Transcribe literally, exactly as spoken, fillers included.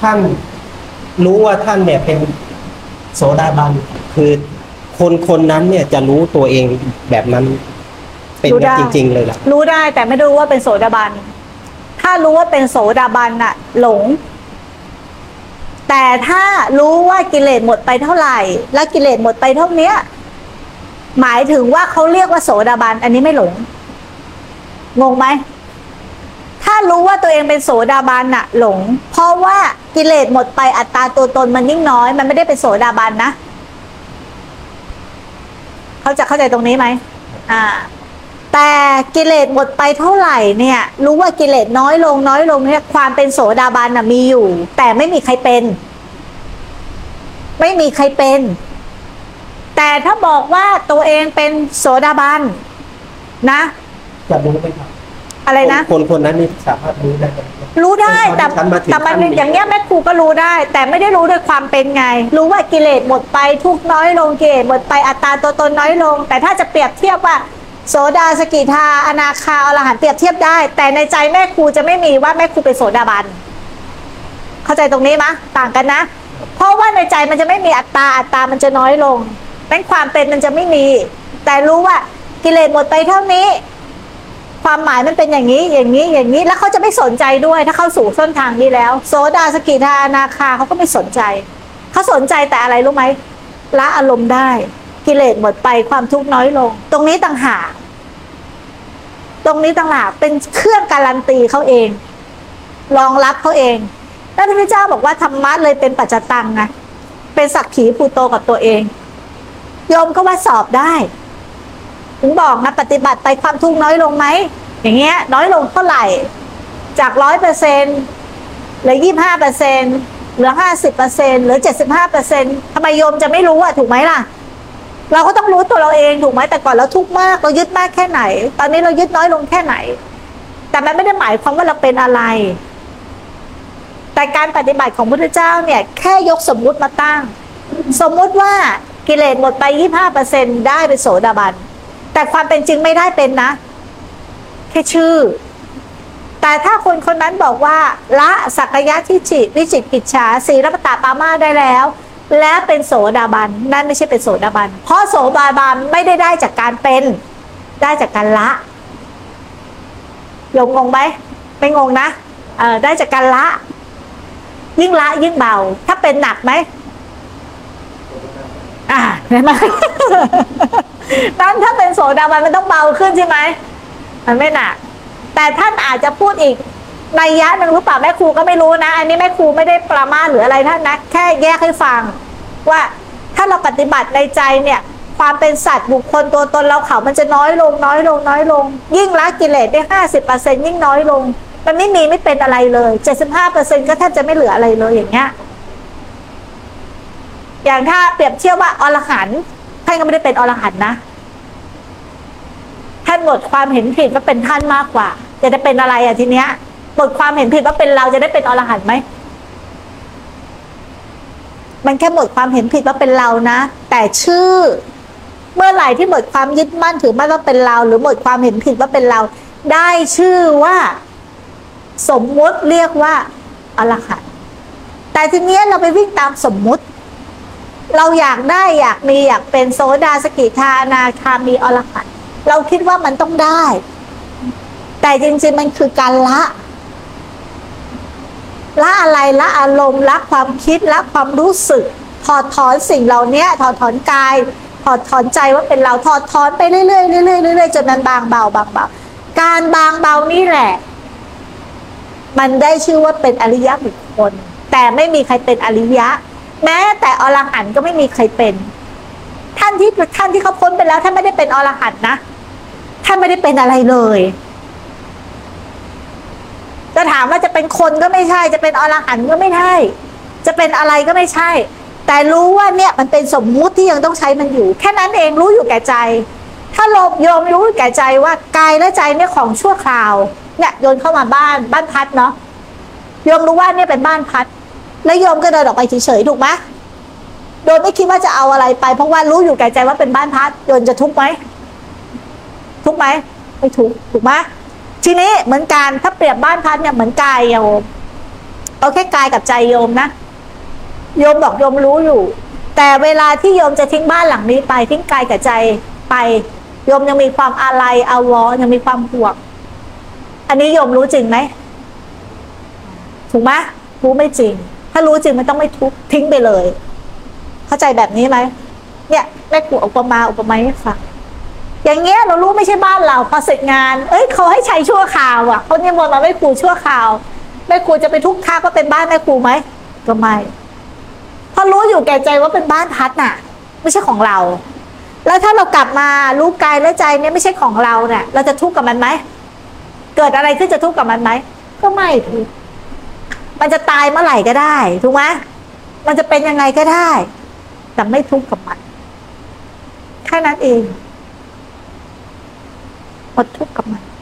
ท่านรู้ว่าท่านเนี่ยเป็นโสดาบันคือคนคนนั้นเนี่ยจะรู้ตัวเองแบบนั้นเป็นจริงๆเลยล่ะรู้ได้แต่ไม่รู้ว่าเป็นโสดาบันถ้ารู้ว่าเป็นโสดาบันน่ะหลงแต่ถ้ารู้ว่ากิเลสหมดไปเท่าไหร่และกิเลสหมดไปเท่านี้หมายถึงว่าเขาเรียกว่าโสดาบันอันนี้ไม่หลงงงไหมถ้ารู้ว่าตัวเองเป็นโสดาบันน่ะหลงเพราะว่ากิเลสหมดไปอัตตาตัวตนมันยิ่งน้อยมันไม่ได้เป็นโสดาบันนะเขาจะเข้าใจตรงนี้ไหมอ่าแต่กิเลสหมดไปเท่าไหร่เนี่ยรู้ว่ากิเลสน้อยลงน้อยลงเนี่ยความเป็นโสดาบันน่ะมีอยู่แต่ไม่มีใครเป็นไม่มีใครเป็นแต่ถ้าบอกว่าตัวเองเป็นโสดาบันนะจะรู้ไหมครับอะไรนะคนคนนั้นนี่สามารถรู้ได้รู้ได้แต่แต่มันอย่างเงี้ยแม่ครูก็รู้ได้แต่ไม่ได้รู้ด้วยความเป็นไงรู้ว่ากิเลสหมดไปทุกน้อยลงกิเลสหมดไปอัตตาตัวตนน้อยลงแต่ถ้าจะเปรียบเทียบว่าโสดาสกิทาอนาคาอรหันต์เปรียบเทียบได้แต่ในใจแม่ครูจะไม่มีว่าแม่ครูเป็นโสดาบันเข้าใจตรงนี้มะต่างกันนะเพราะว่าในใจมันจะไม่มีอัตตาอัตตามันจะน้อยลงเป็นความเป็นมันจะไม่มีแต่รู้ว่ากิเลสหมดไปเท่านี้ความหมายมันเป็นอย่างนี้อย่างนี้อย่างนี้แล้วเขาจะไม่สนใจด้วยถ้าเข้าสู่เส้นทางนี้แล้วโสดาสกิทาอนาคาเขาก็ไม่สนใจเขาสนใจแต่อะไรรู้ไหมละอารมณ์ได้กิเลสหมดไปความทุกข์น้อยลงตรงนี้ต่างหากตรงนี้ต่างหากเป็นเครื่องการันตีเขาเองรองรับเขาเองพระพุทธเจ้าบอกว่าธรรมะเลยเป็นปัจจตังไงเป็นสักขีภูโตกับตัวเองโยมก็ว่าสอบได้ถึงบอกนะปฏิบัติไปความทุกข์น้อยลงไหมอย่างเงี้ยน้อยลงเท่าไหร่จากร้อยเปอร์เซ็นต์เหลือยี่สิบห้าเปอร์เซ็นต์เหลือห้าสิบเปอร์เซ็นต์เหลือเจ็ดสิบห้าเปอร์เซ็นต์ทำไมโยมจะไม่รู้อ่ะถูกไหมล่ะเราก็ต้องรู้ตัวเราเองถูกไหมแต่ก่อนเราทุกข์มากเรายึดมากแค่ไหนตอนนี้เรายึดน้อยลงแค่ไหนแต่มันไม่ได้หมายความว่าเราเป็นอะไรแต่การปฏิบัติของพระพุทธเจ้าเนี่ยแค่ยกสมมุติมาตั้งสมมุติว่ากิเลสหมดไป ยี่สิบห้าเปอร์เซ็นต์ ได้เป็นโสดาบันแต่ความเป็นจริงไม่ได้เป็นนะแค่ชื่อแต่ถ้าคนคนนั้นบอกว่าละสักกายทิฏฐิวิจิกิจฉาสีรัปตาปามาได้แล้วและเป็นโสดาบันนั่นไม่ใช่เป็นโสดาบันเพราะโสดาบันไม่ได้ได้จากการเป็นได้จากการละยงงงไหมไม่งงนะเออได้จากการละยิ่งละยิ่งเบาถ้าเป็นหนักไหมอ่าเห็นไหมตอนถ้าเป็นโสดาบันมันต้องเบาขึ้นใช่ไหมมันไม่หนักแต่ท่านอาจจะพูดอีกนัยยะหนึ่งหรือเปล่าแม่ครูก็ไม่รู้นะอันนี้แม่ครูไม่ได้ประมาทหรืออะไรท่านนะแค่แยกให้ฟังว่าถ้าเราปฏิบัติในใจเนี่ยความเป็นสัตว์บุคคลตัวตนเราเขามันจะน้อยลงน้อยลงน้อยลงยิ่งละกิเลสได้ห้าสิบเปอร์เซ็นต์ยิ่งน้อยลงมันไม่มีไม่เป็นอะไรเลยเจ็ดสิบห้าเปอร์เซ็นต์ก็แทบจะไม่เหลืออะไรเลยอย่างเงี้ยอย่างถ้าเปรียบเทียบว่าอรหันต์ท่านก็ไม่ได้เป็นอรหันต์นะท่านหมดความเห็นผิดว่าเป็นท่านมากกว่าจะได้เป็นอะไรอ่ะทีเนี้ยหมดความเห็นผิดว่าเป็นเราจะได้เป็นอรหันต์ไหมมันแค่หมดความเห็นผิดว่าเป็นเรานะแต่ชื่อเมื่อไหร่ที่หมดความยึดมั่นถือมั่นว่าเป็นเราหรือหมดความเห็นผิดว่าเป็นเราได้ชื่อว่าสมมุติเรียกว่าอรหันต์แต่ทีเนี้ยเราไปวิ่งตามสมมุติเราอยากได้อยากมีอยากเป็นโสดาสกิทาอนาคามีอรหันต์เราคิดว่ามันต้องได้แต่จริงๆมันคือการละละอะไรละอารมณ์ละความคิดละความรู้สึกถอดถอนสิ่งเหล่านี้ถอดถอนกายถอดถอนใจว่าเป็นเราถอดถอนไปเรื่อยๆเรื่อยๆเรื่อยๆจนมันบางเบาบางเบาการบางเบานี่แหละมันได้ชื่อว่าเป็นอริยบุคคลแต่ไม่มีใครเป็นอริยะแม้แต่อรหันต์ก็ไม่มีใครเป็นท่านที่ท่านที่เขาพ้นไปแล้วท่านไม่ได้เป็นอรหันต์นะท่านไม่ได้เป็นอะไรเลยจะถามว่าจะเป็นคนก็ไม่ใช่จะเป็นอรหันต์ก็ไม่ใช่จะเป็นอะไรก็ไม่ใช่แต่รู้ว่าเนี่ยมันเป็นสมมุติที่ยังต้องใช้มันอยู่แค่นั้นเองรู้อยู่แก่ใจถ้าโลภโยมรู้อยู่แก่ใจว่ากายและใจเนี่ยของชั่วคราวเนี่ยโยนเข้ามาบ้านบ้านพัดเนาะโยมรู้ว่าเนี่ยเป็นบ้านพัดแล้วโยมก็เดินออกไปเฉยๆถูกไหมโดยไม่คิดว่าจะเอาอะไรไปเพราะว่ารู้อยู่แก่ใจว่าเป็นบ้านพัดโยมจะทุกข์ไหมทุกข์ไหมไม่ทุกข์ถูกไหมทีนี้เหมือนกันถ้าเปรียบบ้านพัดเนี่ยเหมือนกายโยมเอาแค่กายกับใจโยมนะโยมบอกโยมรู้อยู่แต่เวลาที่โยมจะทิ้งบ้านหลังนี้ไปทิ้งกายกับใจไปโยมยังมีความอาลัยอาวรณ์ยังมีความห่วงอันนี้โยมรู้จริงไหมถูกไหมรู้ไม่จริงถ้ารู้จริงมันต้องไม่ทุกข์ทิ้งไปเลยเข้าใจแบบนี้ไหมเนี่ยแม่ครูอุปมาอุปไมยให้ฟังอย่างเงี้ยเรารู้ไม่ใช่บ้านเราพอเสร็จงานเอ้ยเขาให้ใช้ชั่วคราวอ่ะเขาเนี่ยมนต์มาแม่ครูชั่วคราวแม่ครูจะไปทุกข์ท่าก็เป็นบ้านแม่ครูไหมก็ไม่เพราะรู้อยู่แก่ใจว่าเป็นบ้านพัดน่ะไม่ใช่ของเราแล้วถ้าเรากลับมารู้กายและใจเนี่ยไม่ใช่ของเราเนี่ยเราจะทุกข์กับมันไหมเกิดอะไรขึ้นจะทุกข์กับมันไหมก็ไม่ทุกข์มันจะตายเมื่อไหร่ก็ได้ถูกไหมมันจะเป็นยังไงก็ได้แต่ไม่ทุกข์กับมันแค่นั้นเองหมดทุกข์กับมัน